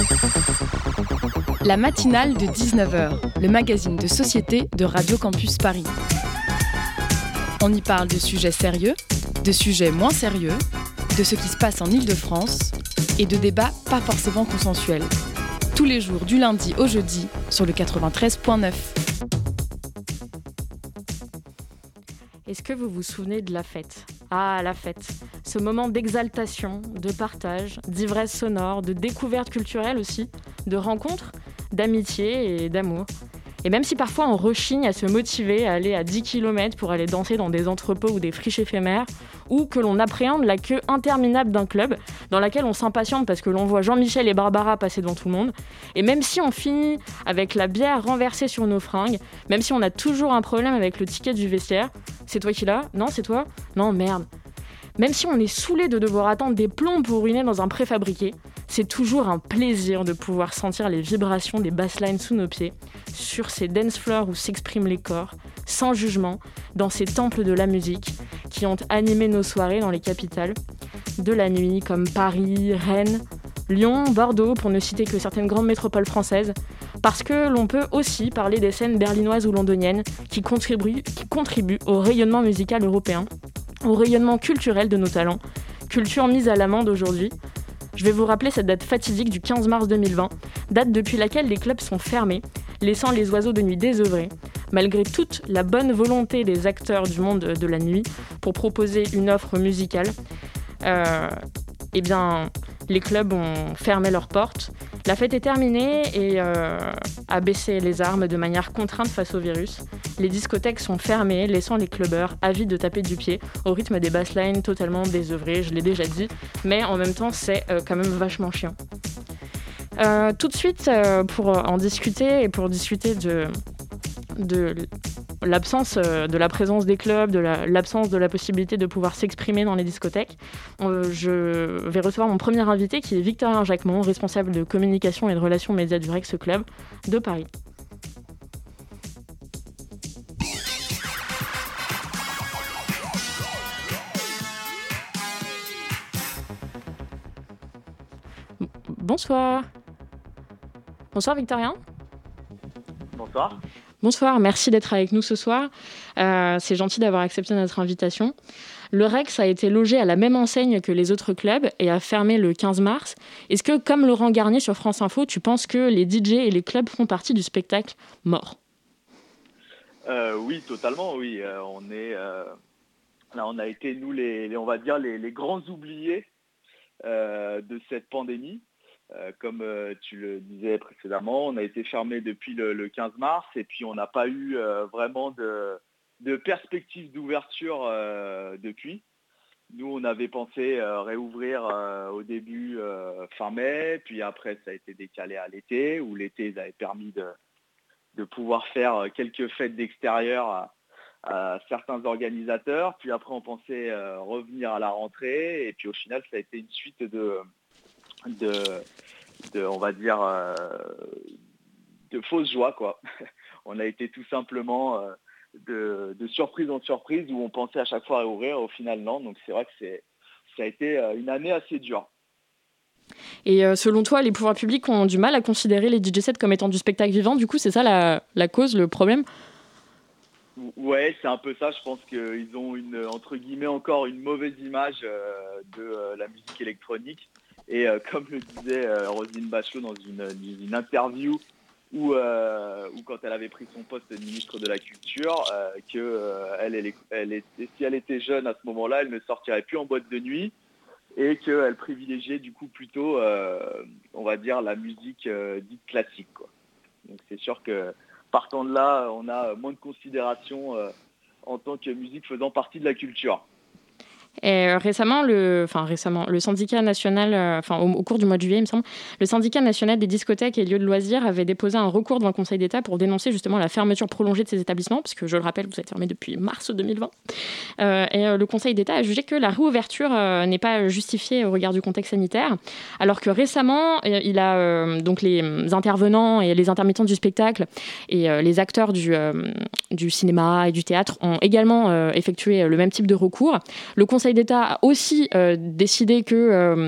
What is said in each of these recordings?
La matinale de 19h, le magazine de société de Radio Campus Paris. On y parle de sujets sérieux, de sujets moins sérieux, de ce qui se passe en Île-de-France et de débats pas forcément consensuels. Tous les jours du lundi au jeudi sur le 93.9. Est-ce que vous vous souvenez de la fête ? Ah, la fête. Ce moment d'exaltation, de partage, d'ivresse sonore, de découverte culturelle aussi, de rencontre, d'amitié et d'amour. Et même si parfois on rechigne à se motiver à aller à 10 km pour aller danser dans des entrepôts ou des friches éphémères, ou que l'on appréhende la queue interminable d'un club dans laquelle on s'impatiente parce que l'on voit Jean-Michel et Barbara passer devant tout le monde, et même si on finit avec la bière renversée sur nos fringues, même si on a toujours un problème avec le ticket du vestiaire, c'est toi qui l'as ? Non, c'est toi ? Non, merde. Même si on est saoulé de devoir attendre des plombs pour uriner dans un préfabriqué, c'est toujours un plaisir de pouvoir sentir les vibrations des basslines sous nos pieds, sur ces dance floors où s'expriment les corps, sans jugement, dans ces temples de la musique qui ont animé nos soirées dans les capitales de la nuit, comme Paris, Rennes, Lyon, Bordeaux, pour ne citer que certaines grandes métropoles françaises, parce que l'on peut aussi parler des scènes berlinoises ou londoniennes qui contribuent au rayonnement musical européen, au rayonnement culturel de nos talents, culture mise à l'amende aujourd'hui. Je vais vous rappeler cette date fatidique du 15 mars 2020, date depuis laquelle les clubs sont fermés, laissant les oiseaux de nuit désœuvrés, malgré toute la bonne volonté des acteurs du monde de la nuit pour proposer une offre musicale. Les clubs ont fermé leurs portes. La fête est terminée et a baissé les armes de manière contrainte face au virus. Les discothèques sont fermées, laissant les clubbers avides de taper du pied au rythme des basslines totalement désœuvrées, je l'ai déjà dit, mais en même temps c'est quand même vachement chiant. Tout de suite, pour en discuter et pour discuter de l'absence de la présence des clubs, de l'absence de la possibilité de pouvoir s'exprimer dans les discothèques, je vais recevoir mon premier invité qui est Victorien Jacquemont, responsable de communication et de relations médias du Rex Club de Paris. Bonsoir. Bonsoir Victorien. Bonsoir. Bonsoir, merci d'être avec nous ce soir. C'est gentil d'avoir accepté notre invitation. Le Rex a été logé à la même enseigne que les autres clubs et a fermé le 15 mars. Est-ce que, comme Laurent Garnier sur France Info, tu penses que les DJ et les clubs font partie du spectacle mort ? Oui, totalement, oui. Là, on a été, nous, on va dire, les grands oubliés de cette pandémie. Comme tu le disais précédemment, on a été fermé depuis le 15 mars et puis on n'a pas eu vraiment de perspective d'ouverture depuis. Nous, on avait pensé réouvrir au début fin mai, puis après ça a été décalé à l'été, où l'été ils avaient permis de pouvoir faire quelques fêtes d'extérieur à certains organisateurs. Puis après on pensait revenir à la rentrée et puis au final ça a été une suite de on va dire de fausses joies quoi. On a été tout simplement de surprise en surprise où on pensait à chaque fois réouvrir, au final non. Donc c'est vrai que ça a été une année assez dure. Et selon toi, les pouvoirs publics ont du mal à considérer les DJ sets comme étant du spectacle vivant. Du coup, c'est ça la cause, le problème ? Ouais, c'est un peu ça. Je pense qu'ils ont entre guillemets encore une mauvaise image de la musique électronique. Et comme le disait Roselyne Bachelot dans une interview où quand elle avait pris son poste de ministre de la Culture, si elle était jeune à ce moment-là, elle ne sortirait plus en boîte de nuit et qu'elle privilégiait du coup plutôt, on va dire, la musique dite classique, quoi. Donc c'est sûr que partant de là, on a moins de considération en tant que musique faisant partie de la culture. Et récemment, le syndicat national, au cours du mois de juillet, il me semble, le syndicat national des discothèques et lieux de loisirs avait déposé un recours devant le Conseil d'État pour dénoncer justement la fermeture prolongée de ces établissements, parce que je le rappelle, vous êtes fermés depuis mars 2020. Le Conseil d'État a jugé que la réouverture n'est pas justifiée au regard du contexte sanitaire, alors que récemment, il a donc les intervenants et les intermittents du spectacle et les acteurs du cinéma et du théâtre ont également effectué le même type de recours. Le Conseil Conseil d'État a aussi décidé que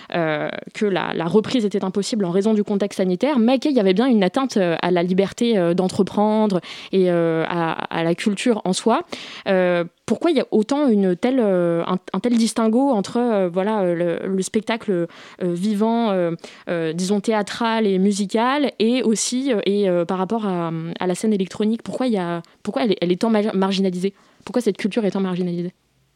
la reprise était impossible en raison du contexte sanitaire, mais qu'il y avait bien une atteinte à la liberté d'entreprendre et à la culture en soi. Pourquoi il y a autant un tel distinguo entre le spectacle vivant, disons théâtral et musical, et aussi par rapport à la scène électronique? Pourquoi elle est tant marginalisée? Pourquoi cette culture est tant marginalisée?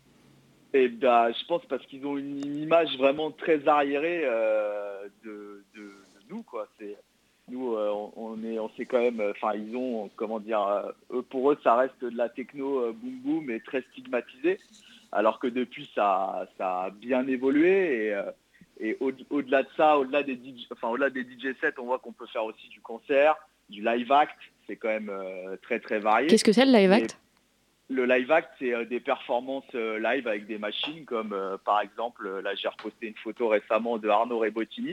Je pense parce qu'ils ont une image vraiment très arriérée de nous, quoi. Nous, on sait quand même, ils ont, comment dire, pour eux, ça reste de la techno boom boom et très stigmatisé, alors que depuis, ça a bien évolué et au-delà de ça, au-delà des DJ sets, on voit qu'on peut faire aussi du concert, du live act, c'est quand même très très varié. Qu'est-ce que c'est le live act? Le live act, c'est des performances live avec des machines, comme par exemple, là j'ai reposté une photo récemment de Arnaud Rebottini,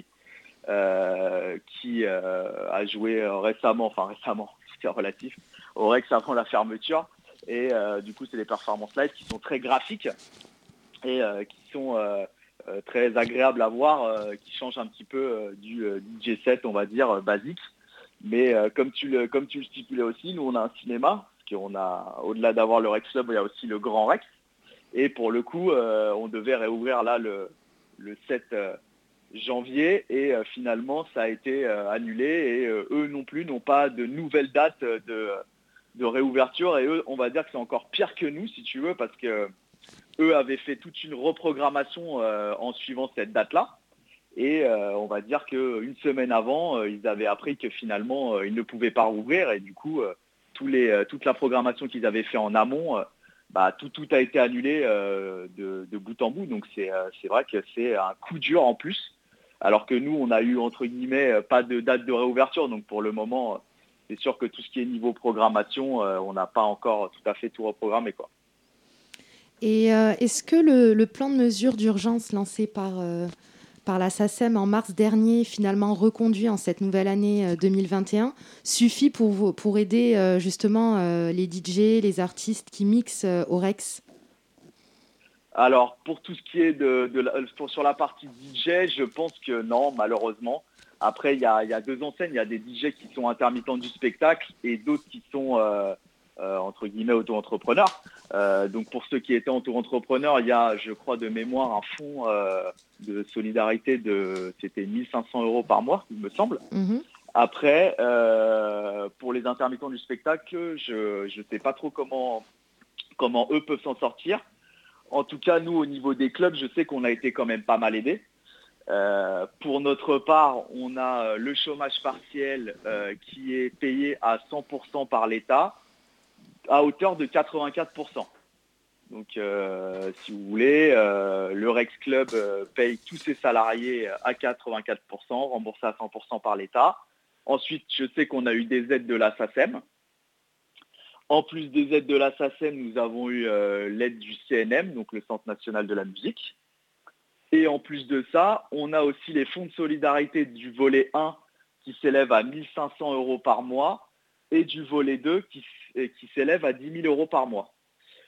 qui a joué récemment, c'était relatif, au Rex avant la fermeture. Et du coup, c'est des performances live qui sont très graphiques et qui sont très agréables à voir, qui changent un petit peu du DJ set, on va dire, basique. Mais comme tu le stipulais aussi, nous, on a un cinéma, parce qu'on a, au-delà d'avoir le Rex Club, il y a aussi le Grand Rex. Et pour le coup, on devait réouvrir là le 7 janvier et finalement ça a été annulé et eux non plus n'ont pas de nouvelles dates de réouverture et eux on va dire que c'est encore pire que nous si tu veux parce que eux avaient fait toute une reprogrammation en suivant cette date-là et on va dire qu'une semaine avant ils avaient appris que finalement ils ne pouvaient pas rouvrir et du coup toute la programmation qu'ils avaient fait en amont tout a été annulé de bout en bout donc c'est vrai que c'est un coup dur en plus. Alors que nous, on a eu, entre guillemets, pas de date de réouverture. Donc, pour le moment, c'est sûr que tout ce qui est niveau programmation, on n'a pas encore tout à fait tout reprogrammé, quoi. Et est-ce que le plan de mesures d'urgence lancé par la SACEM en mars dernier, finalement reconduit en cette nouvelle année 2021, suffit pour aider justement les DJ, les artistes qui mixent au Rex ? Alors, pour tout ce qui est sur la partie DJ, je pense que non, malheureusement. Après, il y a deux enseignes. Il y a des DJ qui sont intermittents du spectacle et d'autres qui sont, entre guillemets, auto-entrepreneurs. Donc, pour ceux qui étaient auto-entrepreneurs, il y a, je crois, de mémoire, un fonds de solidarité c'était 1 500 € par mois, il me semble. Mm-hmm. Après, pour les intermittents du spectacle, je ne sais pas trop comment eux peuvent s'en sortir. En tout cas, nous, au niveau des clubs, je sais qu'on a été quand même pas mal aidés. Pour notre part, on a le chômage partiel qui est payé à 100% par l'État, à hauteur de 84%. Donc, si vous voulez, le Rex Club paye tous ses salariés à 84%, remboursé à 100% par l'État. Ensuite, je sais qu'on a eu des aides de la SACEM. En plus des aides de la SACEM, nous avons eu l'aide du CNM, donc le Centre national de la musique. Et en plus de ça, on a aussi les fonds de solidarité du volet 1 qui s'élèvent à 1 500 € par mois et du volet 2 qui s'élève à 10 000 € par mois.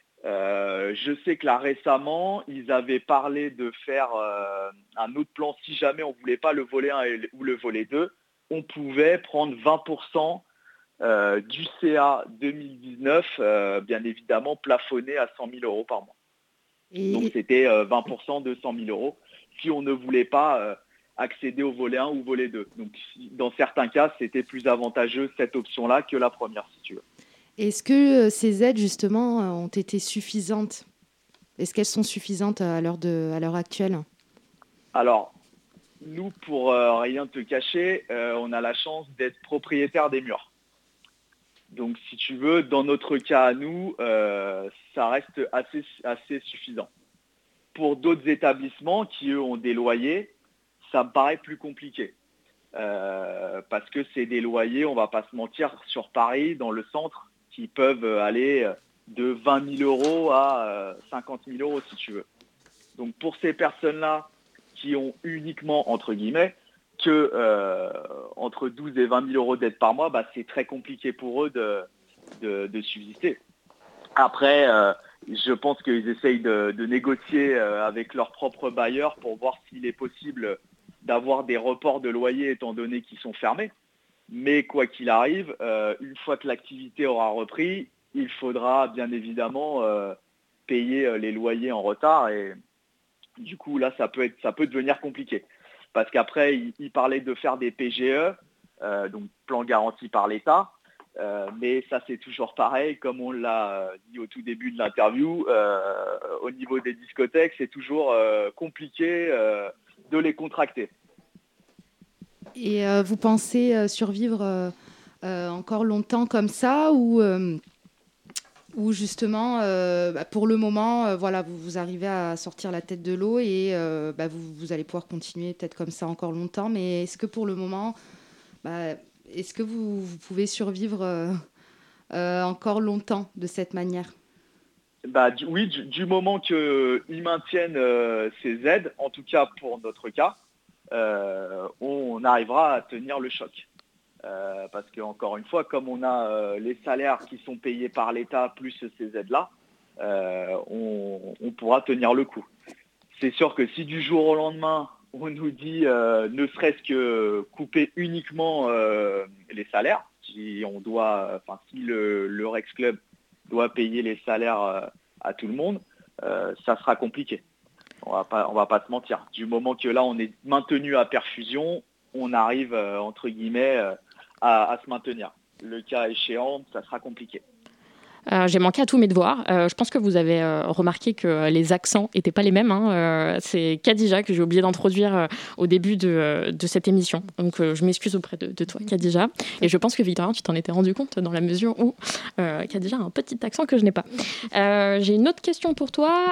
Je sais que là récemment, ils avaient parlé de faire un autre plan. Si jamais on ne voulait pas le volet 1 ou le volet 2, on pouvait prendre 20% du CA 2019, bien évidemment plafonné à 100 000 € par mois. Donc c'était 20% de 100 000 € si on ne voulait pas accéder au volet 1 ou volet 2. Donc dans certains cas, c'était plus avantageux cette option-là que la première, si tu veux. Est-ce que ces aides, justement, ont été suffisantes ? Est-ce qu'elles sont suffisantes à l'heure actuelle ? Alors, nous, pour rien te cacher, on a la chance d'être propriétaire des murs. Donc, si tu veux, dans notre cas à nous, ça reste assez suffisant. Pour d'autres établissements qui, eux, ont des loyers, ça me paraît plus compliqué. Parce que c'est des loyers, on ne va pas se mentir, sur Paris, dans le centre, qui peuvent aller de 20 000 € à 50 000 € si tu veux. Donc pour ces personnes-là qui ont uniquement, entre guillemets, que entre 12 et 20 000 € d'aide par mois, c'est très compliqué pour eux de subsister. Après, je pense qu'ils essayent de négocier avec leurs propres bailleurs pour voir s'il est possible d'avoir des reports de loyer étant donné qu'ils sont fermés. Mais quoi qu'il arrive, une fois que l'activité aura repris, il faudra bien évidemment payer les loyers en retard. Et du coup, là, ça peut devenir compliqué. Parce qu'après, il parlait de faire des PGE, donc plan garanti par l'État. Mais ça, c'est toujours pareil, comme on l'a dit au tout début de l'interview, au niveau des discothèques, c'est toujours compliqué de les contracter. Et vous pensez survivre encore longtemps comme ça ou justement, pour le moment, voilà, vous arrivez à sortir la tête de l'eau et vous allez pouvoir continuer peut-être comme ça encore longtemps. Mais est-ce que pour le moment, est-ce que vous pouvez survivre encore longtemps de cette manière ? Oui, du moment qu'ils maintiennent ces aides, en tout cas pour notre cas, on arrivera à tenir le choc. Parce qu'encore une fois, comme on a les salaires qui sont payés par l'État plus ces aides-là, on pourra tenir le coup. C'est sûr que si du jour au lendemain, on nous dit ne serait-ce que couper uniquement les salaires, si le Rex Club doit payer les salaires à tout le monde, ça sera compliqué. On va pas se mentir. Du moment que là, on est maintenu à perfusion, on arrive, entre guillemets, à se maintenir. Le cas échéant, ça sera compliqué. J'ai manqué à tous mes devoirs. Je pense que vous avez remarqué que les accents n'étaient pas les mêmes. C'est Khadija que j'ai oublié d'introduire au début de cette émission. Donc je m'excuse auprès de toi, Khadija. Et je pense que Victorien, tu t'en étais rendu compte dans la mesure où Khadija a un petit accent que je n'ai pas. J'ai une autre question pour toi.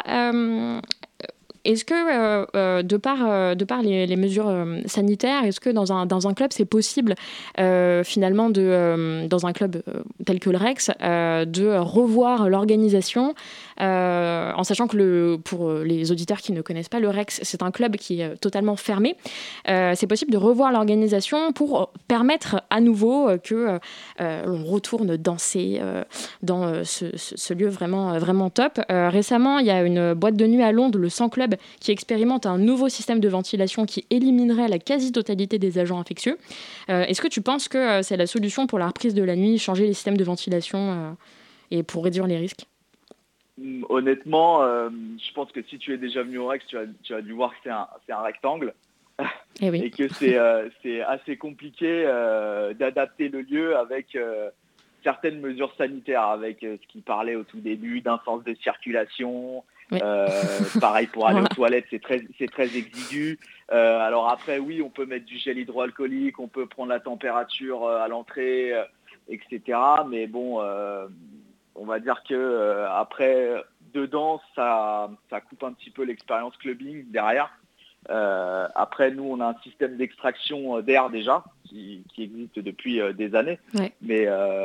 Est-ce que, de par les mesures sanitaires, est-ce que dans un club, c'est possible, finalement, dans un club tel que le Rex, de revoir l'organisation, en sachant que pour les auditeurs qui ne connaissent pas, le Rex, c'est un club qui est totalement fermé. C'est possible de revoir l'organisation pour permettre à nouveau que l'on retourne danser dans ce lieu vraiment, vraiment top. Récemment, il y a une boîte de nuit à Londres, le 100 Club, qui expérimente un nouveau système de ventilation qui éliminerait la quasi-totalité des agents infectieux. Est-ce que tu penses que c'est la solution pour la reprise de la nuit, changer les systèmes de ventilation et pour réduire les risques ? Honnêtement, je pense que si tu es déjà venu au Rex, tu as dû voir que c'est un rectangle. Eh oui. Et que c'est assez compliqué d'adapter le lieu avec certaines mesures sanitaires, avec ce qui parlait au tout début d'un sens de circulation. Oui. Pareil pour aller aux toilettes, c'est très exigu. Alors après, oui, on peut mettre du gel hydroalcoolique, on peut prendre la température à l'entrée, etc. Mais bon, on va dire que après, dedans, ça coupe un petit peu l'expérience clubbing derrière. Après, nous, on a un système d'extraction d'air déjà qui existe depuis des années. Ouais. Mais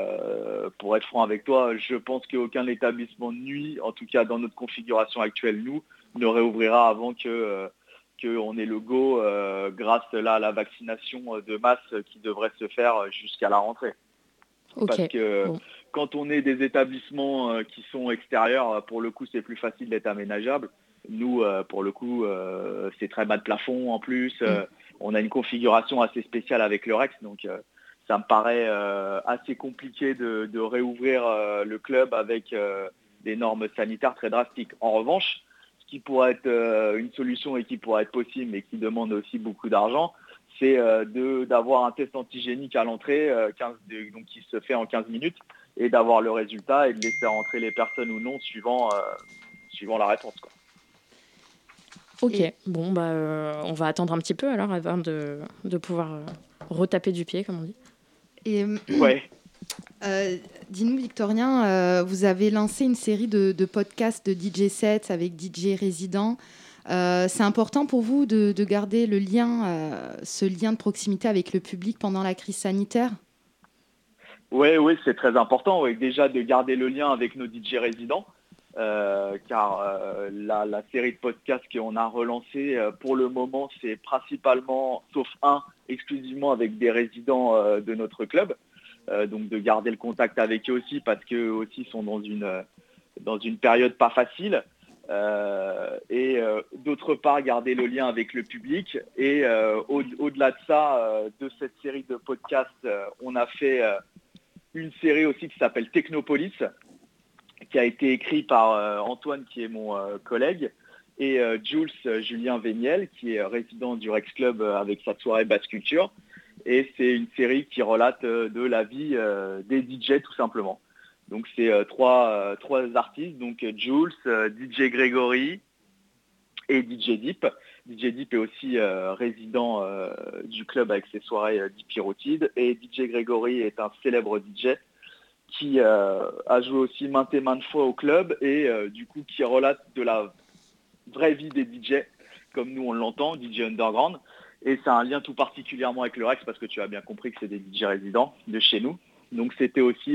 pour être franc avec toi, je pense qu'aucun établissement de nuit, en tout cas dans notre configuration actuelle, nous, ne réouvrira avant qu'on ait le go grâce là, à la vaccination de masse qui devrait se faire jusqu'à la rentrée. Okay. Parce que quand on est des établissements qui sont extérieurs, pour le coup, c'est plus facile d'être aménageable. Nous, pour le coup, c'est très bas de plafond en plus. On a une configuration assez spéciale avec le Rex, donc ça me paraît assez compliqué de réouvrir le club avec des normes sanitaires très drastiques. En revanche, ce qui pourrait être une solution et qui pourrait être possible, mais qui demande aussi beaucoup d'argent, c'est d'avoir un test antigénique à l'entrée donc qui se fait en 15 minutes et d'avoir le résultat et de laisser rentrer les personnes ou non suivant la réponse, quoi. Ok, bon, on va attendre un petit peu alors avant de pouvoir retaper du pied, comme on dit. Et, dis-nous, Victorien, vous avez lancé une série de podcasts de DJ sets avec DJ résidents. C'est important pour vous de garder ce lien de proximité avec le public pendant la crise sanitaire ? Oui, c'est très important. Ouais. Déjà de garder le lien avec nos DJ résidents. Car la série de podcasts qu'on a relancé pour le moment, c'est principalement, sauf un, exclusivement avec des résidents de notre club. Donc de garder le contact avec eux aussi parce qu'eux aussi sont dans une dans une période pas facile. Et d'autre part garder le lien avec le public et au-delà de ça, de cette série de podcasts, on a fait une série aussi qui s'appelle Technopolis, qui a été écrit par Antoine qui est mon collègue et Julien Véniel qui est résident du Rex Club avec sa soirée Basse Culture, et c'est une série qui relate de la vie des DJ tout simplement. Donc c'est trois artistes, donc Jules, DJ Grégory et DJ Deep. DJ Deep est aussi résident du club avec ses soirées Deep Pirotide, et DJ Grégory est un célèbre DJ qui a joué aussi maintes et maintes fois au club et du coup qui relate de la vraie vie des DJ comme nous on l'entend, DJ underground, et ça a un lien tout particulièrement avec le Rex parce que tu as bien compris que c'est des DJ résidents de chez nous. Donc c'était aussi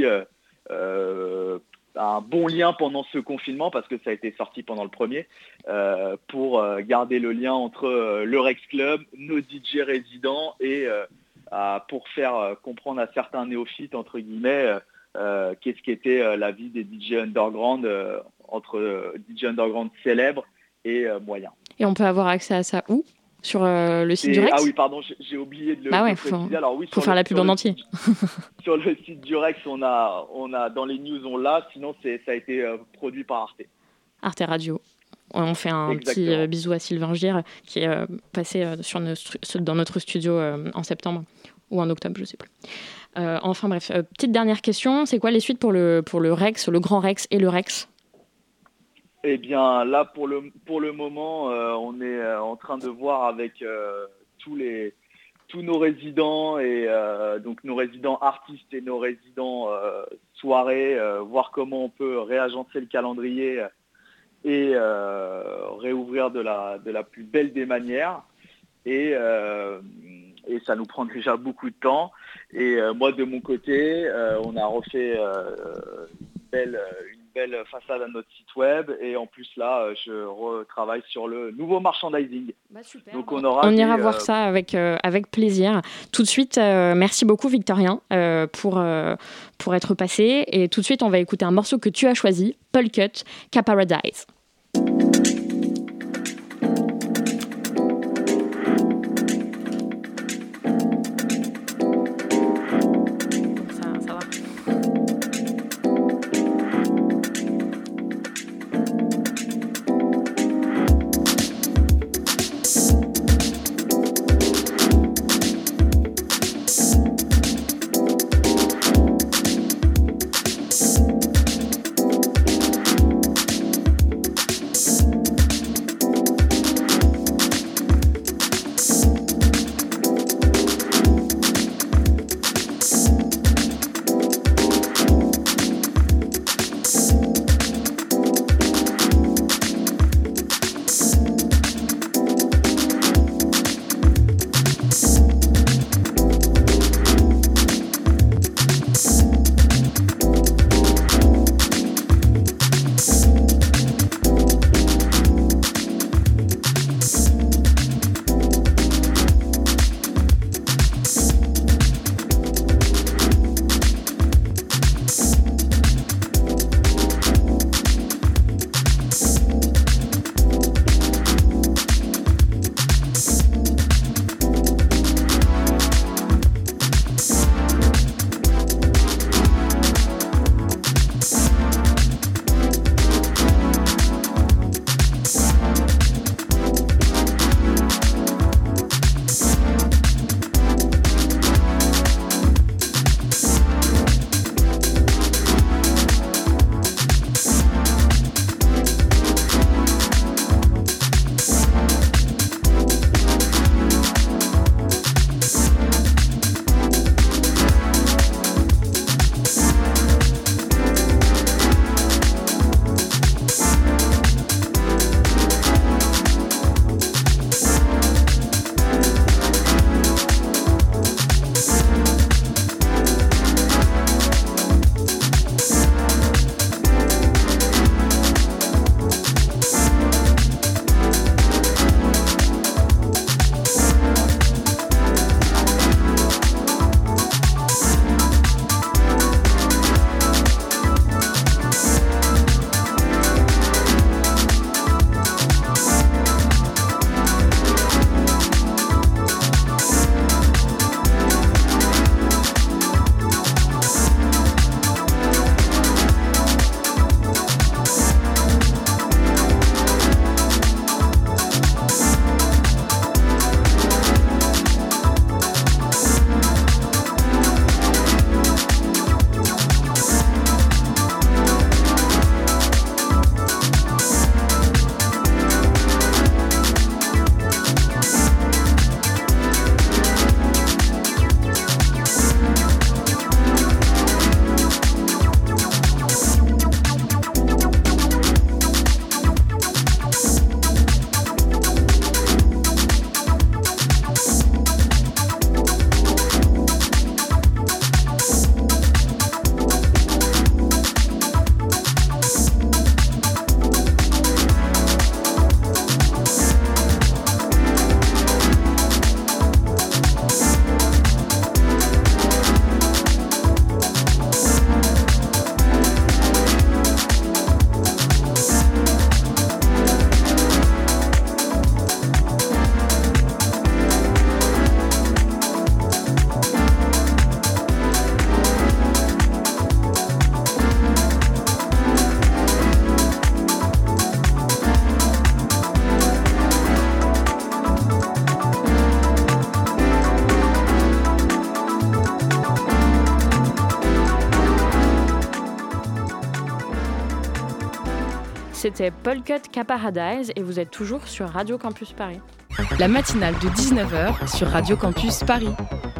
un bon lien pendant ce confinement parce que ça a été sorti pendant le premier pour garder le lien entre le Rex Club, nos DJ résidents et pour faire comprendre à certains néophytes entre guillemets qu'est-ce qu'était la vie des DJ underground entre DJ underground célèbres et moyens. Et on peut avoir accès à ça où ? Sur le site du Rex ? Ah oui, pardon, j'ai oublié de le préciser. Alors oui, faut faire la pub en entier. Sur le site du Rex, on a dans les news, on l'a. Sinon, ça a été produit par Arte. Arte Radio. On fait un petit bisou à Sylvain Gire qui est passé dans notre studio en septembre ou en octobre, je ne sais plus. Enfin bref, petite dernière question. C'est quoi les suites pour le Rex, le Grand Rex et le Rex ? Eh bien, là, pour le moment, on est en train de voir avec tous nos résidents et donc nos résidents artistes et nos résidents soirées, voir comment on peut réagencer le calendrier et réouvrir de la plus belle des manières. Et ça nous prend déjà beaucoup de temps. Et moi, de mon côté, on a refait une belle façade à notre site web, et en plus là je retravaille sur le nouveau merchandising. Super. Donc on ira voir ça avec plaisir. Tout de suite, merci beaucoup Victorien pour être passé, et tout de suite on va écouter un morceau que tu as choisi, Paul Cut, Caparadise. C'était Polka Paradise et vous êtes toujours sur Radio Campus Paris. La matinale de 19h sur Radio Campus Paris.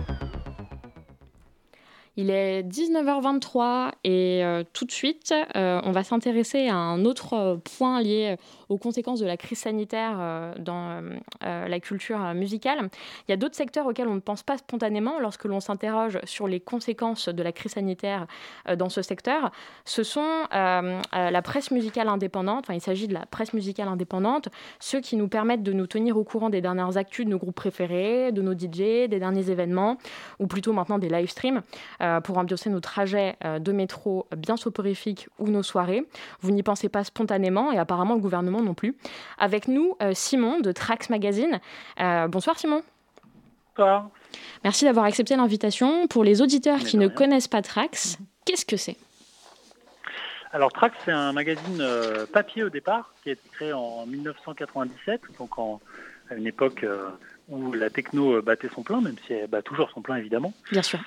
Il est 19h23 et tout de suite, on va s'intéresser à un autre point lié aux conséquences de la crise sanitaire dans la culture musicale. Il y a d'autres secteurs auxquels on ne pense pas spontanément lorsque l'on s'interroge sur les conséquences de la crise sanitaire dans ce secteur. Ce sont la presse musicale indépendante, il s'agit de la presse musicale indépendante, ceux qui nous permettent de nous tenir au courant des dernières actus de nos groupes préférés, de nos DJ, des derniers événements, ou plutôt maintenant des live streams, pour ambiancer nos trajets de métro bien soporifiques ou nos soirées. Vous n'y pensez pas spontanément et apparemment le gouvernement non plus. Avec nous, Simon de Trax Magazine. Bonsoir Simon. Bonsoir. Merci d'avoir accepté l'invitation. Pour les auditeurs qui ne connaissent pas Trax, qu'est-ce que c'est ? Alors Trax, c'est un magazine papier au départ, qui a été créé en 1997, donc à une époque où la techno battait son plein, même si elle bat toujours son plein évidemment. Bien sûr.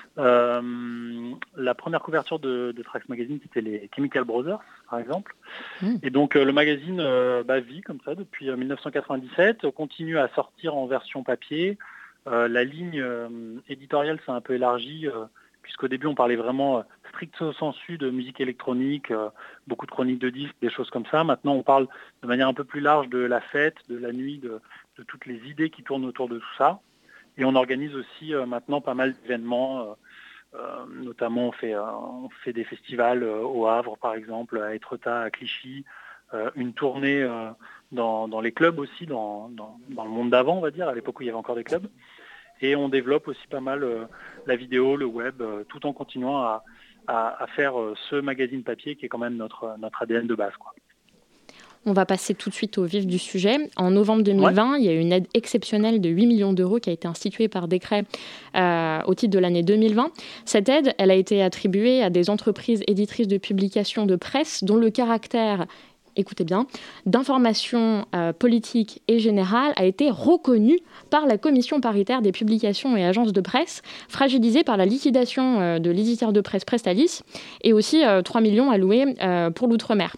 La première couverture de Trax Magazine, c'était les Chemical Brothers, par exemple. Et donc le magazine vit comme ça depuis 1997, continue à sortir en version papier. La ligne éditoriale s'est un peu élargie, puisqu'au début on parlait vraiment stricto sensu de musique électronique, beaucoup de chroniques de disques, des choses comme ça. Maintenant on parle de manière un peu plus large de la fête, de la nuit, de toutes les idées qui tournent autour de tout ça. Et on organise aussi maintenant pas mal d'événements, notamment on fait des festivals au Havre par exemple, à Étretat, à Clichy, une tournée dans les clubs aussi, dans le monde d'avant on va dire, à l'époque où il y avait encore des clubs. Et on développe aussi pas mal la vidéo, le web, tout en continuant à faire ce magazine papier qui est quand même notre ADN de base, quoi. On va passer tout de suite au vif du sujet. En novembre 2020, il y a eu une aide exceptionnelle de 8 millions d'euros qui a été instituée par décret au titre de l'année 2020. Cette aide, elle a été attribuée à des entreprises éditrices de publications de presse dont le caractère, écoutez bien, d'information politique et générale a été reconnu par la commission paritaire des publications et agences de presse, fragilisée par la liquidation de l'éditeur de presse Prestalis et aussi 3 millions alloués pour l'outre-mer.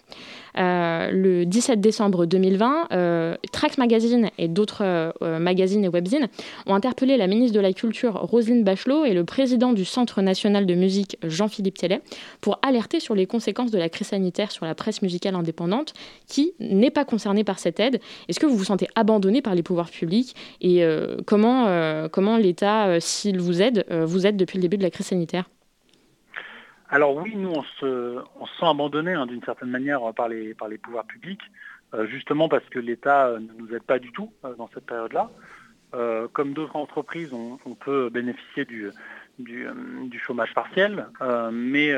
Le 17 décembre 2020, Trax Magazine et d'autres magazines et webzines ont interpellé la ministre de la Culture Roselyne Bachelot et le président du Centre national de musique Jean-Philippe Thiellet pour alerter sur les conséquences de la crise sanitaire sur la presse musicale indépendante qui n'est pas concernée par cette aide. Est-ce que vous vous sentez abandonné par les pouvoirs publics et comment l'État, s'il vous aide depuis le début de la crise sanitaire ? Alors oui, nous on se sent abandonné d'une certaine manière par les pouvoirs publics, justement parce que l'État ne nous aide pas du tout dans cette période-là. Comme d'autres entreprises, on peut bénéficier du chômage partiel, mais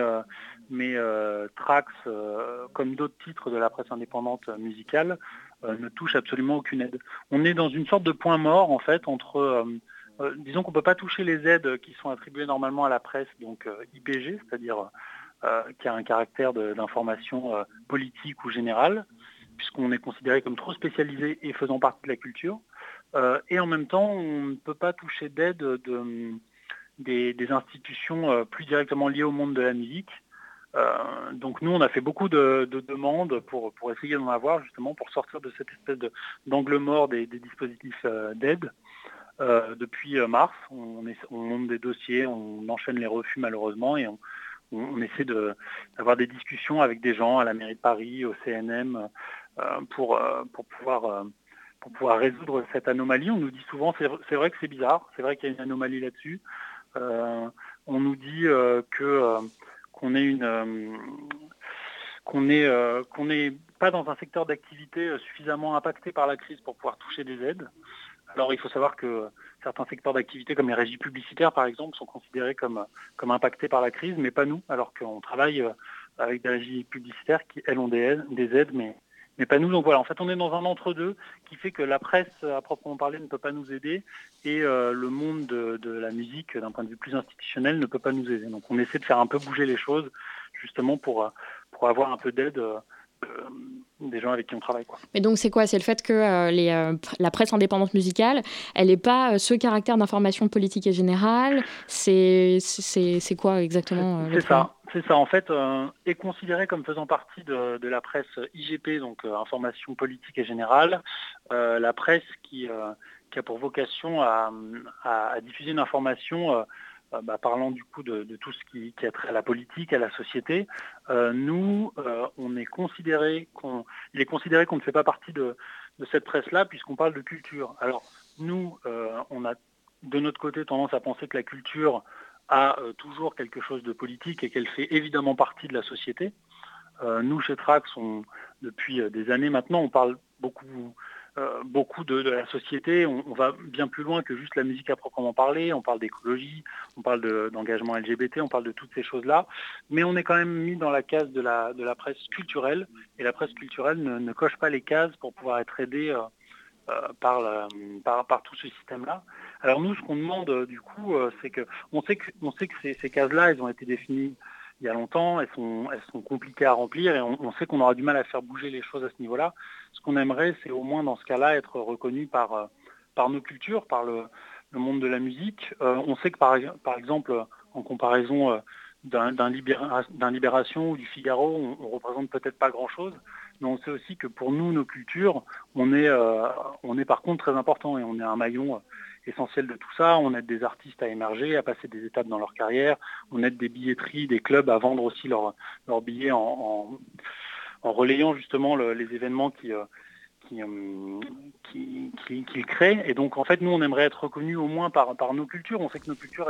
Trax, comme d'autres titres de la presse indépendante musicale, ne touche absolument aucune aide. On est dans une sorte de point mort en fait entre disons qu'on ne peut pas toucher les aides qui sont attribuées normalement à la presse, donc IPG, c'est-à-dire qui a un caractère d'information politique ou générale, puisqu'on est considéré comme trop spécialisé et faisant partie de la culture. Et en même temps, on ne peut pas toucher d'aide des institutions plus directement liées au monde de la musique. Donc nous, on a fait beaucoup de demandes pour essayer d'en avoir, justement, pour sortir de cette espèce d'angle mort des dispositifs d'aide. Depuis mars, on monte des dossiers, on enchaîne les refus malheureusement et on essaie d'avoir des discussions avec des gens à la mairie de Paris, au CNM, pour pouvoir résoudre cette anomalie. On nous dit souvent, c'est vrai que c'est bizarre, c'est vrai qu'il y a une anomalie là-dessus. On nous dit qu'on n'est pas dans un secteur d'activité suffisamment impacté par la crise pour pouvoir toucher des aides. Alors il faut savoir que certains secteurs d'activité comme les régies publicitaires par exemple sont considérés comme impactés par la crise, mais pas nous, alors qu'on travaille avec des régies publicitaires qui elles ont des aides, mais pas nous. Donc voilà, en fait on est dans un entre-deux qui fait que la presse à proprement parler ne peut pas nous aider et le monde de la musique d'un point de vue plus institutionnel ne peut pas nous aider. Donc on essaie de faire un peu bouger les choses justement pour avoir un peu d'aide des gens avec qui on travaille, quoi. Mais donc c'est quoi ? C'est le fait que la presse indépendante musicale, elle n'est pas ce caractère d'information politique et générale. C'est quoi exactement ? c'est ça, en fait, est considéré comme faisant partie de la presse IGP, donc information politique et générale, la presse qui a pour vocation à diffuser une information parlant du coup de tout ce qui a trait à la politique, à la société. Nous, il est considéré qu'on ne fait pas partie de cette presse-là puisqu'on parle de culture. Alors, nous, on a de notre côté tendance à penser que la culture a toujours quelque chose de politique et qu'elle fait évidemment partie de la société. Nous, chez Trax, depuis des années maintenant, on parle beaucoup de la société. On va bien plus loin que juste la musique à proprement parler. On parle d'écologie, on parle d'engagement LGBT, on parle de toutes ces choses-là. Mais on est quand même mis dans la case de la presse culturelle. Et la presse culturelle ne coche pas les cases pour pouvoir être aidée par tout ce système-là. Alors nous, ce qu'on demande du coup, c'est que on sait que ces cases-là, elles ont été définies il y a longtemps, elles sont compliquées à remplir et on sait qu'on aura du mal à faire bouger les choses à ce niveau-là. Ce qu'on aimerait, c'est au moins dans ce cas-là être reconnu par nos cultures, par le monde de la musique. On sait que par exemple, en comparaison d'un Libération ou du Figaro, on représente peut-être pas grand-chose, mais on sait aussi que pour nous, nos cultures, on est par contre très important et on est un maillon essentiel de tout ça. On aide des artistes à émerger, à passer des étapes dans leur carrière. On aide des billetteries, des clubs à vendre aussi leurs billets en relayant justement les événements qu'ils créent. Et donc, en fait, nous, on aimerait être reconnus au moins par nos cultures. On sait que nos cultures,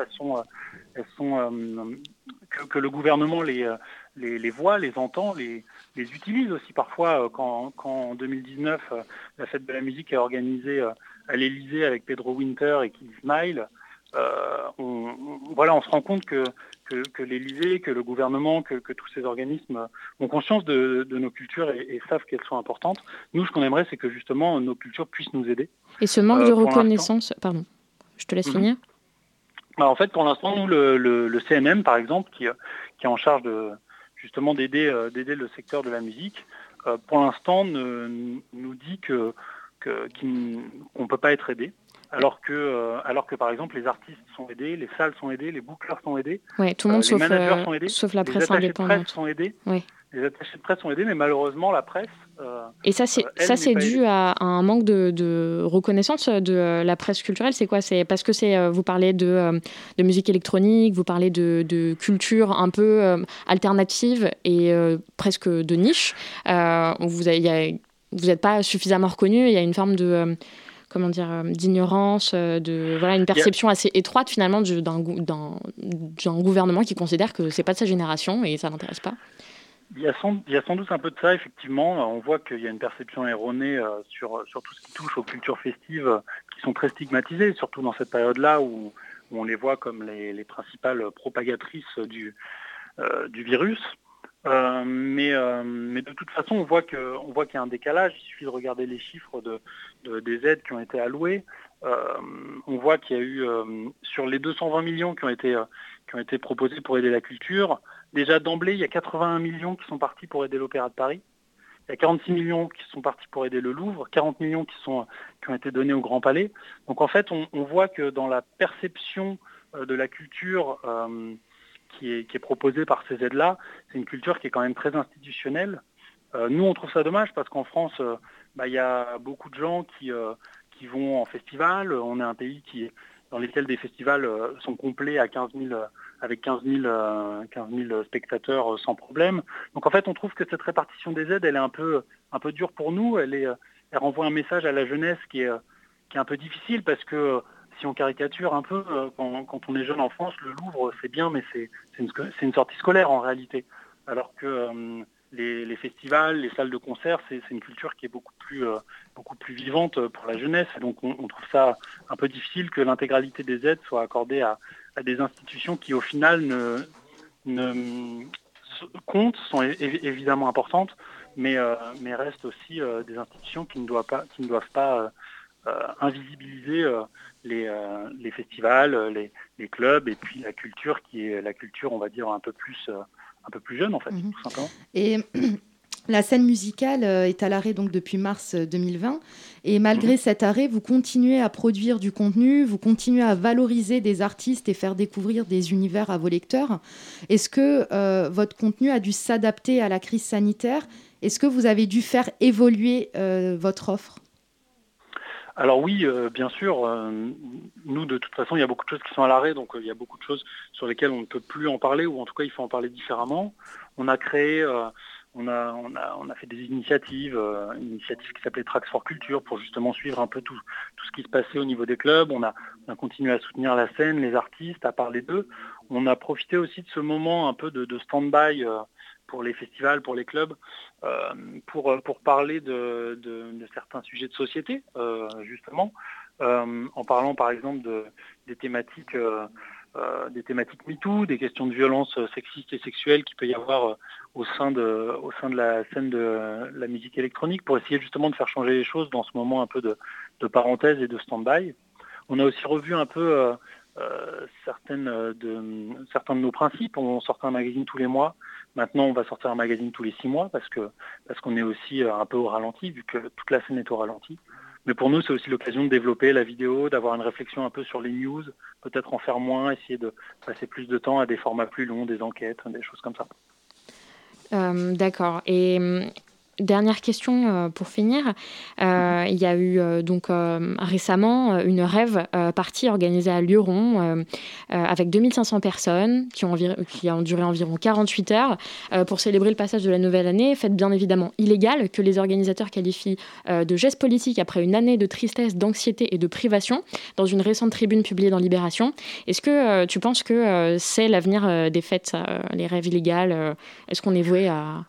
que le gouvernement les voit, les entend, les utilise aussi parfois. Quand en 2019, la fête de la musique est organisée à l'Élysée avec Pedro Winter et Kid Smile, on se rend compte que l'Élysée, que le gouvernement, que tous ces organismes ont conscience de nos cultures et savent qu'elles sont importantes. Nous, ce qu'on aimerait, c'est que justement nos cultures puissent nous aider. Et ce manque de reconnaissance, pardon, je te laisse finir. En fait, pour l'instant, nous, le CNM, par exemple, qui est en charge justement d'aider le secteur de la musique, pour l'instant, nous dit qu'on ne peut pas être aidé. Alors que par exemple les artistes sont aidés, les salles sont aidées, les bookers sont aidés, tout le monde les managers sont aidés, sauf la presse les attachés indépendante. de presse sont aidés, oui. Les attachés de presse sont aidés, mais malheureusement la presse. Et ça c'est dû à un manque de reconnaissance de la presse culturelle. C'est quoi ? C'est parce que vous parlez de musique électronique, vous parlez de culture un peu alternative et presque de niche. Vous n'êtes pas suffisamment reconnu. Il y a une forme de d'ignorance, une perception assez étroite finalement d'un gouvernement qui considère que c'est pas de sa génération et ça l'intéresse pas. Il y a sans doute un peu de ça, effectivement. On voit qu'il y a une perception erronée sur tout ce qui touche aux cultures festives qui sont très stigmatisées, surtout dans cette période-là où on les voit comme les principales propagatrices du virus. Mais de toute façon, on voit qu'il y a un décalage. Il suffit de regarder les chiffres des aides qui ont été allouées. On voit qu'il y a eu, sur les 220 millions qui ont été proposés pour aider la culture, déjà d'emblée, il y a 81 millions qui sont partis pour aider l'Opéra de Paris. Il y a 46 millions qui sont partis pour aider le Louvre, 40 millions qui ont été donnés au Grand Palais. Donc en fait, on voit que dans la perception de la culture qui est proposée par ces aides-là, c'est une culture qui est quand même très institutionnelle. Nous, on trouve ça dommage parce qu'en France, il y a beaucoup de gens qui vont en festival. On est un pays dans lequel des festivals sont complets à 15 000, avec 15 000 spectateurs sans problème. Donc en fait, on trouve que cette répartition des aides, elle est un peu dure pour nous. Elle renvoie un message à la jeunesse qui est un peu difficile parce que si on caricature un peu, quand on est jeune en France, le Louvre, c'est bien, mais c'est une sortie scolaire en réalité. Alors que les festivals, les salles de concert, c'est une culture qui est beaucoup plus vivante pour la jeunesse. Et donc on trouve ça un peu difficile que l'intégralité des aides soit accordée à des institutions qui au final ne comptent, sont évidemment importantes, mais restent aussi des institutions qui ne doivent pas invisibiliser les festivals, les clubs et puis la culture qui est la culture, on va dire, un peu plus jeune en fait, tout simplement. Et La scène musicale est à l'arrêt donc depuis mars 2020 et malgré cet arrêt, vous continuez à produire du contenu, vous continuez à valoriser des artistes et faire découvrir des univers à vos lecteurs. Est-ce que votre contenu a dû s'adapter à la crise sanitaire ? Est-ce que vous avez dû faire évoluer votre offre ? Alors oui, bien sûr. Nous, de toute façon, il y a beaucoup de choses qui sont à l'arrêt, donc il y a beaucoup de choses sur lesquelles on ne peut plus en parler, ou en tout cas, il faut en parler différemment. On a créé... On a fait des initiatives, une initiative qui s'appelait Tracks for Culture pour justement suivre un peu tout ce qui se passait au niveau des clubs. On a continué à soutenir la scène, les artistes, à parler d'eux. On a profité aussi de ce moment un peu de stand-by pour les festivals, pour les clubs, pour parler de certains sujets de société, justement, en parlant par exemple des thématiques MeToo, des questions de violence sexistes et sexuelles qu'il peut y avoir au sein de la scène de la musique électronique, pour essayer justement de faire changer les choses dans ce moment un peu de parenthèse et de stand-by. On a aussi revu un peu certains de nos principes. On sortait un magazine tous les mois. Maintenant, on va sortir un magazine tous les 6 mois parce qu'on est aussi un peu au ralenti, vu que toute la scène est au ralenti. Mais pour nous, c'est aussi l'occasion de développer la vidéo, d'avoir une réflexion un peu sur les news, peut-être en faire moins, essayer de passer plus de temps à des formats plus longs, des enquêtes, des choses comme ça. D'accord. Et dernière question pour finir. Il y a eu récemment une rave party organisée à Luron avec 2500 personnes qui ont duré environ 48 heures pour célébrer le passage de la nouvelle année, fête bien évidemment illégale que les organisateurs qualifient de geste politique après une année de tristesse, d'anxiété et de privation dans une récente tribune publiée dans Libération. Est-ce que tu penses que c'est l'avenir des fêtes, les rêves illégales Est-ce qu'on est voué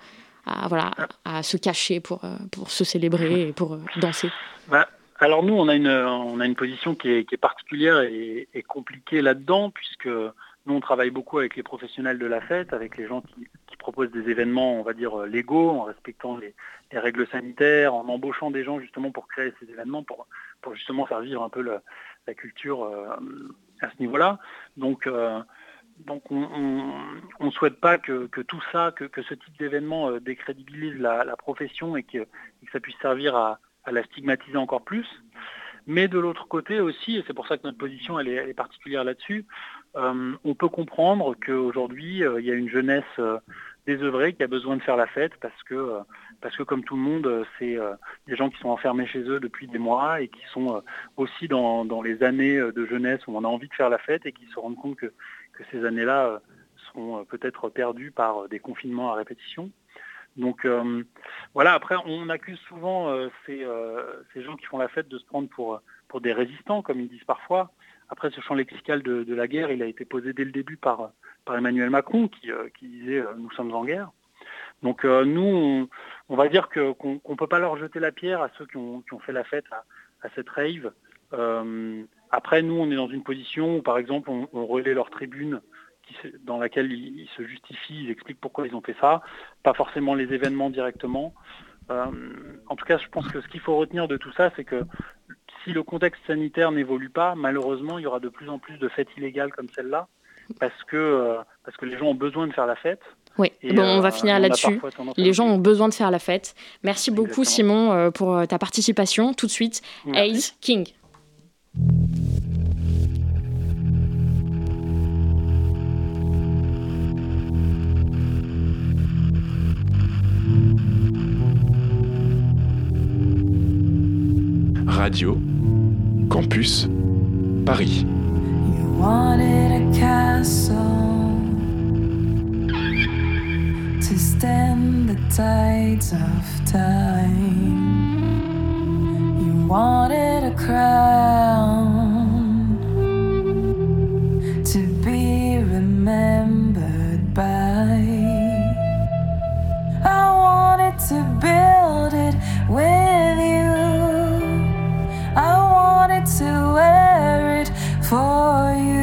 à se cacher pour se célébrer et pour danser? Alors nous, on a une position qui est particulière et compliquée là-dedans, puisque nous, on travaille beaucoup avec les professionnels de la fête, avec les gens qui proposent des événements, on va dire, légaux, en respectant les règles sanitaires, en embauchant des gens justement pour créer ces événements, pour justement faire vivre un peu la culture à ce niveau-là. Donc on ne souhaite pas que tout ça, que ce type d'événement décrédibilise la profession et que ça puisse servir à la stigmatiser encore plus. Mais de l'autre côté aussi, et c'est pour ça que notre position elle est particulière là-dessus, on peut comprendre qu'aujourd'hui, il y a une jeunesse désœuvrée qui a besoin de faire la fête parce que comme tout le monde, c'est des gens qui sont enfermés chez eux depuis des mois et qui sont aussi dans les années de jeunesse où on a envie de faire la fête et qui se rendent compte que ces années-là seront peut-être perdues par des confinements à répétition. Donc voilà, après on accuse souvent ces gens qui font la fête de se prendre pour des résistants, comme ils disent parfois. Après, ce champ lexical de la guerre, il a été posé dès le début par Emmanuel Macron qui disait « nous sommes en guerre ». Donc nous, on va dire qu'on ne peut pas leur jeter la pierre à ceux qui ont fait la fête à cette rave. Après, nous, on est dans une position où, par exemple, on relaie leur tribune dans laquelle ils se justifient, ils expliquent pourquoi ils ont fait ça, pas forcément les événements directement. En tout cas, je pense que ce qu'il faut retenir de tout ça, c'est que si le contexte sanitaire n'évolue pas, malheureusement, il y aura de plus en plus de fêtes illégales comme celle-là, parce que les gens ont besoin de faire la fête. Oui, on va finir là-dessus. Les gens ont besoin de faire la fête. Merci beaucoup, Simon, pour ta participation. Tout de suite, Ace King. Radio Campus Paris. You wanted a castle to stem the tides of time. You wanted a crown to be remembered by. I wanted to build it with you. I wanted to wear it for you.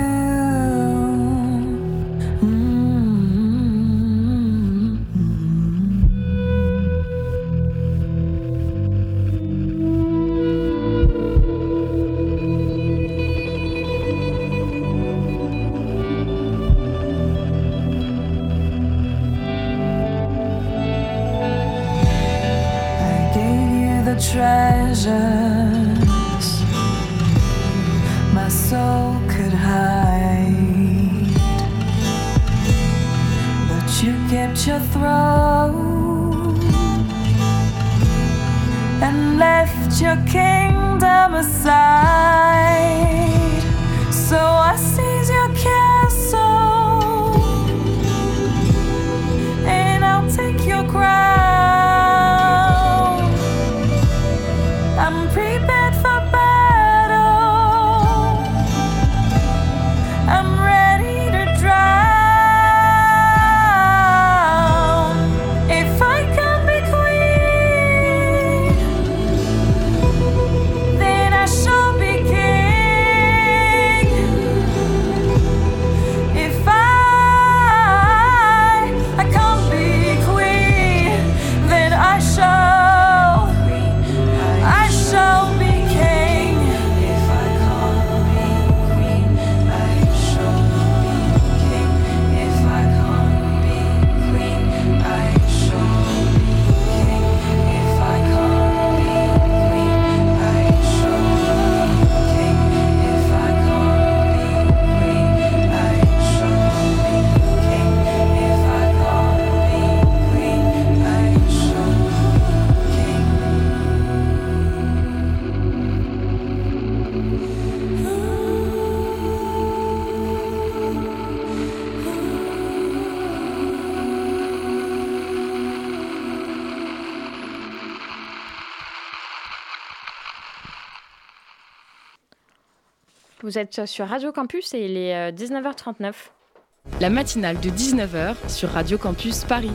treasures my soul could hide, but you kept your throne and left your kingdom aside. So I seize your castle and I'll take your crown. I'm prepared for battle, I'm ready to drown. If I can be queen, then I shall be king. If I can't be queen, then I shall be king. If I can't be queen, I shall be king. If I can't be queen, I shall be king. If I can't be queen, I shall be king. If I can't be queen, I shall be king. If I can't be queen, I shall be king. Vous êtes sur Radio Campus et il est 19h39. La matinale de 19h sur Radio Campus Paris.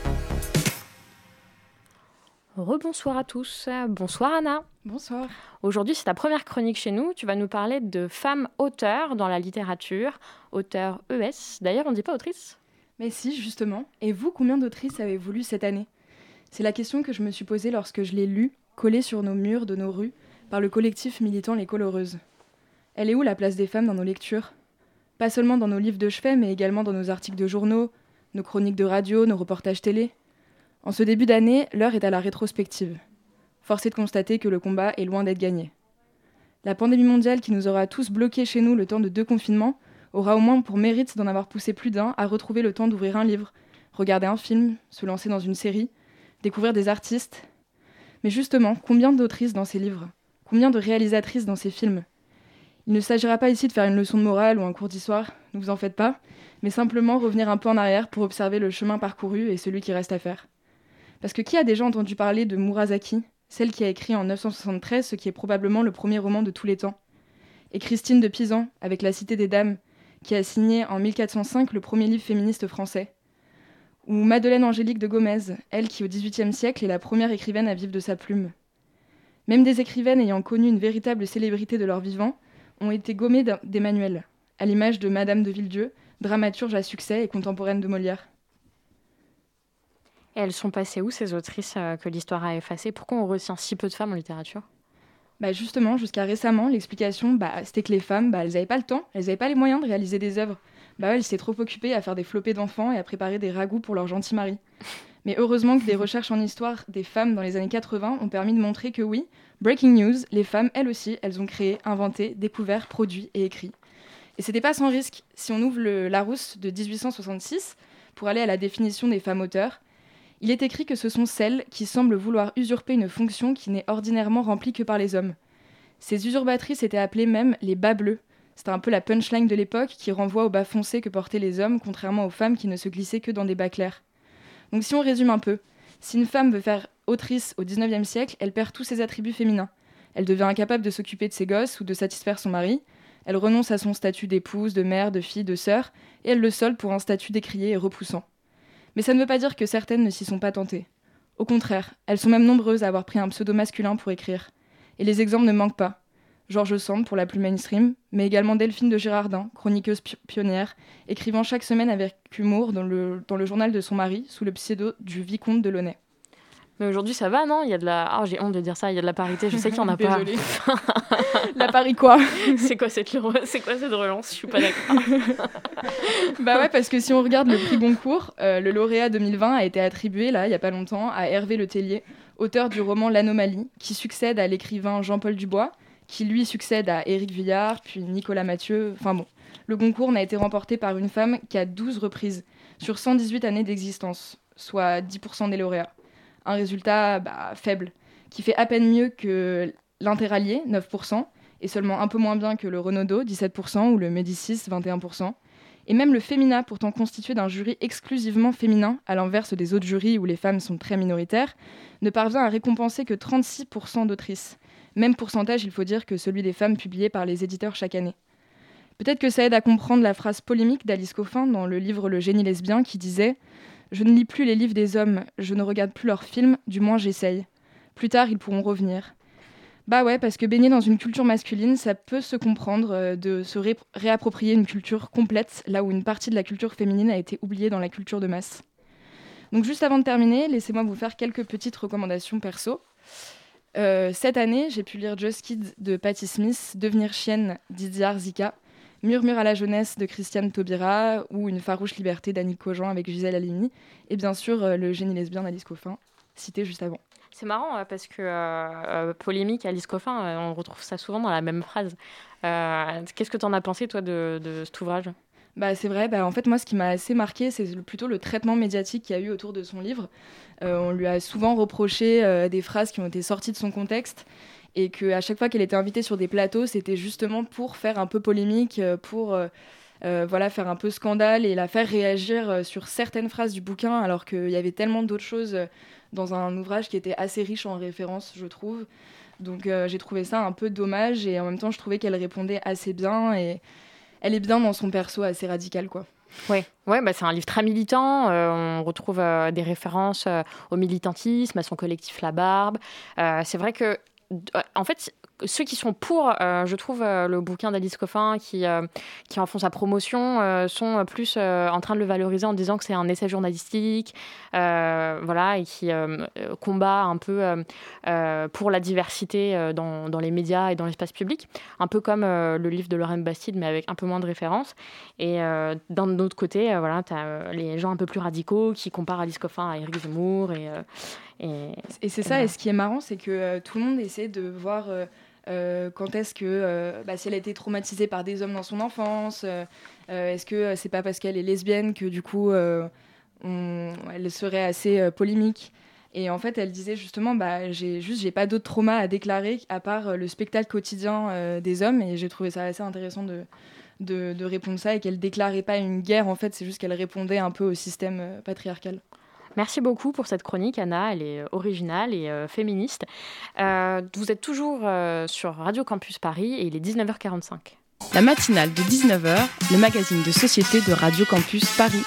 Rebonsoir à tous. Bonsoir Anna. Bonsoir. Aujourd'hui, c'est ta première chronique chez nous. Tu vas nous parler de femmes auteurs dans la littérature. Auteur ES. D'ailleurs, on ne dit pas autrice. Mais si, justement. Et vous, combien d'autrices avez-vous lu cette année ? C'est la question que je me suis posée lorsque je l'ai lu, collée sur nos murs de nos rues, par le collectif militant Les Coloreuses. Elle est où la place des femmes dans nos lectures ? Pas seulement dans nos livres de chevet, mais également dans nos articles de journaux, nos chroniques de radio, nos reportages télé. En ce début d'année, l'heure est à la rétrospective. Force est de constater que le combat est loin d'être gagné. La pandémie mondiale qui nous aura tous bloqués chez nous le temps de 2 confinements aura au moins pour mérite d'en avoir poussé plus d'un à retrouver le temps d'ouvrir un livre, regarder un film, se lancer dans une série, découvrir des artistes. Mais justement, combien d'autrices dans ces livres ? Combien de réalisatrices dans ces films ? Il ne s'agira pas ici de faire une leçon de morale ou un cours d'histoire, ne vous en faites pas, mais simplement revenir un peu en arrière pour observer le chemin parcouru et celui qui reste à faire. Parce que qui a déjà entendu parler de Murasaki, celle qui a écrit en 973 ce qui est probablement le premier roman de tous les temps, et Christine de Pisan, avec La Cité des Dames, qui a signé en 1405 le premier livre féministe français, ou Madeleine Angélique de Gomez, elle qui au XVIIIe siècle est la première écrivaine à vivre de sa plume. Même des écrivaines ayant connu une véritable célébrité de leur vivant ont été gommées des manuels, à l'image de Madame de Villedieu, dramaturge à succès et contemporaine de Molière. Et elles sont passées où, ces autrices que l'histoire a effacées ? Pourquoi on retient si peu de femmes en littérature ? Justement, jusqu'à récemment, l'explication, c'était que les femmes, elles n'avaient pas le temps, elles n'avaient pas les moyens de réaliser des œuvres. Elles s'étaient trop occupées à faire des flopées d'enfants et à préparer des ragoûts pour leur gentil mari. Mais heureusement que des recherches en histoire des femmes dans les années 80 ont permis de montrer que oui, breaking news, les femmes, elles aussi, elles ont créé, inventé, découvert, produit et écrit. Et c'était pas sans risque. Si on ouvre le Larousse de 1866 pour aller à la définition des femmes auteurs, il est écrit que ce sont celles qui semblent vouloir usurper une fonction qui n'est ordinairement remplie que par les hommes. Ces usurpatrices étaient appelées même les bas bleus. C'était un peu la punchline de l'époque qui renvoie aux bas foncés que portaient les hommes, contrairement aux femmes qui ne se glissaient que dans des bas clairs. Donc si on résume un peu, si une femme veut faire autrice au XIXe siècle, elle perd tous ses attributs féminins. Elle devient incapable de s'occuper de ses gosses ou de satisfaire son mari. Elle renonce à son statut d'épouse, de mère, de fille, de sœur, et elle le solde pour un statut d'écrier et repoussant. Mais ça ne veut pas dire que certaines ne s'y sont pas tentées. Au contraire, elles sont même nombreuses à avoir pris un pseudo masculin pour écrire. Et les exemples ne manquent pas. George Sand pour la plus mainstream, mais également Delphine de Girardin, chroniqueuse pionnière, écrivant chaque semaine avec humour dans le journal de son mari, sous le pseudo du vicomte de Launay. Mais aujourd'hui, ça va, non ? Il y a de la... Oh, j'ai honte de dire ça, il y a de la parité, je sais qu'il n'y en a pas. Désolée. La Paris quoi ? C'est quoi cette relance ? Je suis pas d'accord. Ouais, parce que si on regarde le prix Goncourt, le lauréat 2020 a été attribué, là, il n'y a pas longtemps, à Hervé Le Tellier, auteur du roman L'Anomalie, qui succède à l'écrivain Jean-Paul Dubois, qui lui succède à Éric Vuillard, puis Nicolas Mathieu. Enfin bon, le Goncourt n'a été remporté par une femme qu'à 12 reprises, sur 118 années d'existence, soit 10% des lauréats. Un résultat faible, qui fait à peine mieux que l'Interallié, 9%, et seulement un peu moins bien que le Renaudot, 17%, ou le Médicis, 21%. Et même le Femina, pourtant constitué d'un jury exclusivement féminin, à l'inverse des autres jurys où les femmes sont très minoritaires, ne parvient à récompenser que 36% d'autrices. Même pourcentage, il faut dire, que celui des femmes publiées par les éditeurs chaque année. Peut-être que ça aide à comprendre la phrase polémique d'Alice Coffin dans le livre Le génie lesbien qui disait « Je ne lis plus les livres des hommes, je ne regarde plus leurs films, du moins j'essaye. Plus tard, ils pourront revenir. » Bah ouais, parce que baigner dans une culture masculine, ça peut se comprendre de se réapproprier une culture complète, là où une partie de la culture féminine a été oubliée dans la culture de masse. Donc juste avant de terminer, laissez-moi vous faire quelques petites recommandations perso. Cette année, j'ai pu lire Just Kids de Patti Smith, Devenir chienne d'Idiar Zika, Murmure à la jeunesse de Christiane Taubira ou Une farouche liberté d'Annick Cogent avec Gisèle Halimi, et bien sûr Le génie lesbien d'Alice Coffin, cité juste avant. C'est marrant parce que polémique, Alice Coffin, on retrouve ça souvent dans la même phrase. Qu'est-ce que tu en as pensé, toi, de cet ouvrage ? C'est vrai, en fait, moi, ce qui m'a assez marqué, c'est plutôt le traitement médiatique qu'il y a eu autour de son livre. On lui a souvent reproché des phrases qui ont été sorties de son contexte et qu'à chaque fois qu'elle était invitée sur des plateaux, c'était justement pour faire un peu polémique, pour faire un peu scandale et la faire réagir sur certaines phrases du bouquin, alors qu'il y avait tellement d'autres choses dans un ouvrage qui était assez riche en références, je trouve. Donc j'ai trouvé ça un peu dommage et en même temps, je trouvais qu'elle répondait assez bien et elle est bien dans son perso assez radical, quoi. Ouais, c'est un livre très militant. On retrouve des références au militantisme, à son collectif La Barbe. C'est vrai que, en fait, ceux qui sont pour, je trouve, le bouquin d'Alice Coffin qui en font sa promotion, sont plus en train de le valoriser en disant que c'est un essai journalistique, et qui combat un peu pour la diversité dans les médias et dans l'espace public, un peu comme le livre de Lorraine Bastide, mais avec un peu moins de références. Et d'un autre côté, tu as les gens un peu plus radicaux qui comparent Alice Coffin à Éric Zemmour. Et c'est ça, et ce qui est marrant, c'est que tout le monde essaie de voir quand est-ce que, si elle a été traumatisée par des hommes dans son enfance, est-ce que c'est pas parce qu'elle est lesbienne que du coup elle serait assez polémique. Et en fait, elle disait justement, j'ai pas d'autres traumas à déclarer à part le spectacle quotidien des hommes, et j'ai trouvé ça assez intéressant de répondre ça, et qu'elle déclarait pas une guerre, en fait, c'est juste qu'elle répondait un peu au système patriarcal. Merci beaucoup pour cette chronique, Anna. Elle est originale et féministe. Vous êtes toujours sur Radio Campus Paris et il est 19h45. La matinale de 19h, le magazine de société de Radio Campus Paris.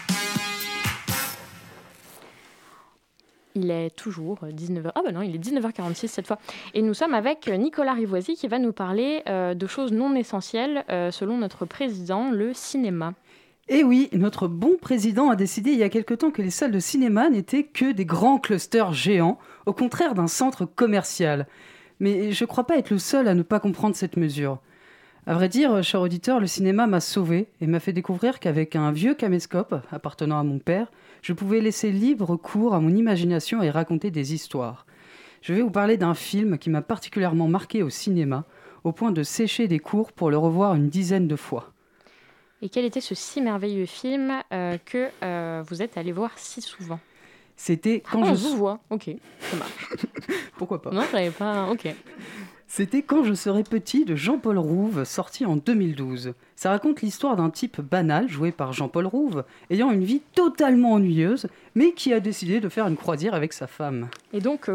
Il est toujours 19h. Ah il est 19h46 cette fois. Et nous sommes avec Nicolas Rivoisi qui va nous parler de choses non essentielles selon notre président, le cinéma. Et oui, notre bon président a décidé il y a quelque temps que les salles de cinéma n'étaient que des grands clusters géants, au contraire d'un centre commercial. Mais je ne crois pas être le seul à ne pas comprendre cette mesure. À vrai dire, cher auditeur, le cinéma m'a sauvé et m'a fait découvrir qu'avec un vieux caméscope appartenant à mon père, je pouvais laisser libre cours à mon imagination et raconter des histoires. Je vais vous parler d'un film qui m'a particulièrement marqué au cinéma, au point de sécher des cours pour le revoir une dizaine de fois. Et quel était ce si merveilleux film que vous êtes allé voir si souvent ? C'était quand je vous vois. Ok, ça marche. Pourquoi pas ? Non, je n'avais pas. Ok. C'était Quand je serai petit de Jean-Paul Rouve, sorti en 2012. Ça raconte l'histoire d'un type banal, joué par Jean-Paul Rouve, ayant une vie totalement ennuyeuse, mais qui a décidé de faire une croisière avec sa femme. Et donc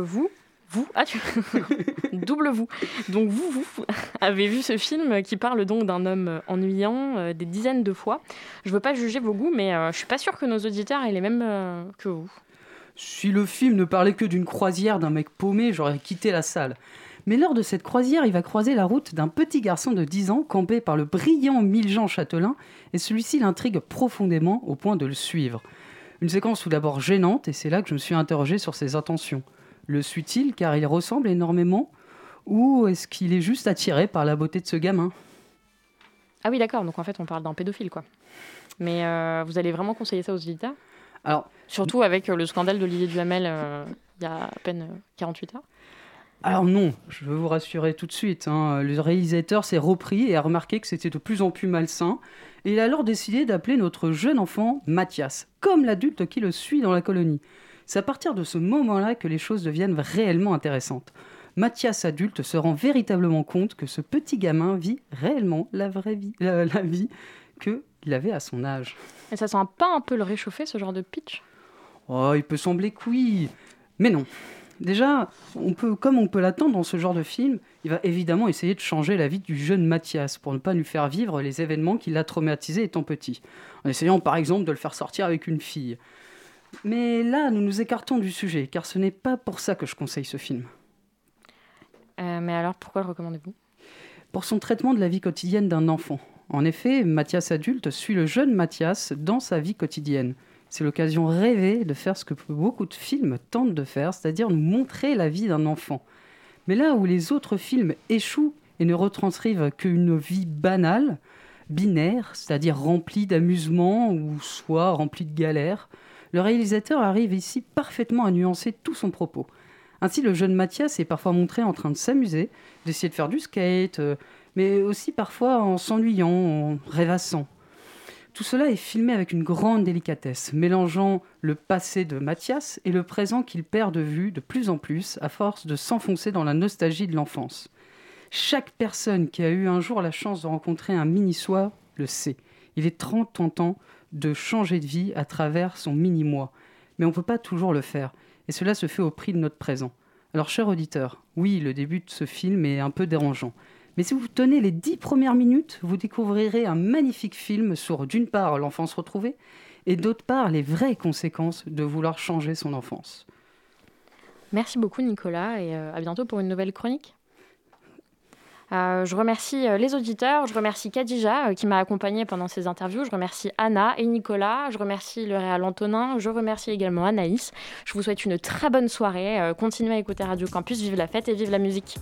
double vous. Donc vous avez vu ce film qui parle donc d'un homme ennuyant des dizaines de fois. Je ne veux pas juger vos goûts, mais je ne suis pas sûre que nos auditeurs aient les mêmes que vous. Si le film ne parlait que d'une croisière d'un mec paumé, j'aurais quitté la salle. Mais lors de cette croisière, il va croiser la route d'un petit garçon de 10 ans campé par le brillant Miljean Châtelain, et celui-ci l'intrigue profondément au point de le suivre. Une séquence tout d'abord gênante, et c'est là que je me suis interrogé sur ses intentions. Le suit-il car il ressemble énormément, ou est-ce qu'il est juste attiré par la beauté de ce gamin ? Ah oui, d'accord, donc en fait on parle d'un pédophile, quoi. Mais vous allez vraiment conseiller ça aux auditeurs ? Alors, surtout avec le scandale d'Olivier Duhamel il y a à peine 48 heures. Alors non, je veux vous rassurer tout de suite. Le réalisateur s'est repris et a remarqué que c'était de plus en plus malsain. Et il a alors décidé d'appeler notre jeune enfant Mathias, comme l'adulte qui le suit dans la colonie. C'est à partir de ce moment-là que les choses deviennent réellement intéressantes. Mathias adulte se rend véritablement compte que ce petit gamin vit réellement la vraie vie, la vie qu'il avait à son âge. Et ça sent pas un peu le réchauffer, ce genre de pitch? Oh, il peut sembler que oui, mais non. Déjà, comme on peut l'attendre dans ce genre de film, il va évidemment essayer de changer la vie du jeune Mathias pour ne pas lui faire vivre les événements qui l'a traumatisé étant petit, en essayant par exemple de le faire sortir avec une fille. Mais là, nous nous écartons du sujet, car ce n'est pas pour ça que je conseille ce film. Mais alors, pourquoi le recommandez-vous? Pour son traitement de la vie quotidienne d'un enfant. En effet, Mathias adulte suit le jeune Mathias dans sa vie quotidienne. C'est l'occasion rêvée de faire ce que beaucoup de films tentent de faire, c'est-à-dire nous montrer la vie d'un enfant. Mais là où les autres films échouent et ne retranscrivent qu'une vie banale, binaire, c'est-à-dire remplie d'amusement ou soit remplie de galères, le réalisateur arrive ici parfaitement à nuancer tout son propos. Ainsi, le jeune Mathias est parfois montré en train de s'amuser, d'essayer de faire du skate, mais aussi parfois en s'ennuyant, en rêvassant. Tout cela est filmé avec une grande délicatesse, mélangeant le passé de Mathias et le présent qu'il perd de vue de plus en plus à force de s'enfoncer dans la nostalgie de l'enfance. Chaque personne qui a eu un jour la chance de rencontrer un mini-soi le sait. Il est tentant de changer de vie à travers son mini-moi. Mais on ne peut pas toujours le faire. Et cela se fait au prix de notre présent. Alors, chers auditeurs, oui, le début de ce film est un peu dérangeant. Mais si vous tenez les 10 premières minutes, vous découvrirez un magnifique film sur, d'une part, l'enfance retrouvée, et d'autre part, les vraies conséquences de vouloir changer son enfance. Merci beaucoup, Nicolas, et à bientôt pour une nouvelle chronique. Je remercie les auditeurs, je remercie Khadija qui m'a accompagnée pendant ces interviews, je remercie Anna et Nicolas, je remercie le réal Antonin, je remercie également Anaïs. Je vous souhaite une très bonne soirée, continuez à écouter Radio Campus, vive la fête et vive la musique.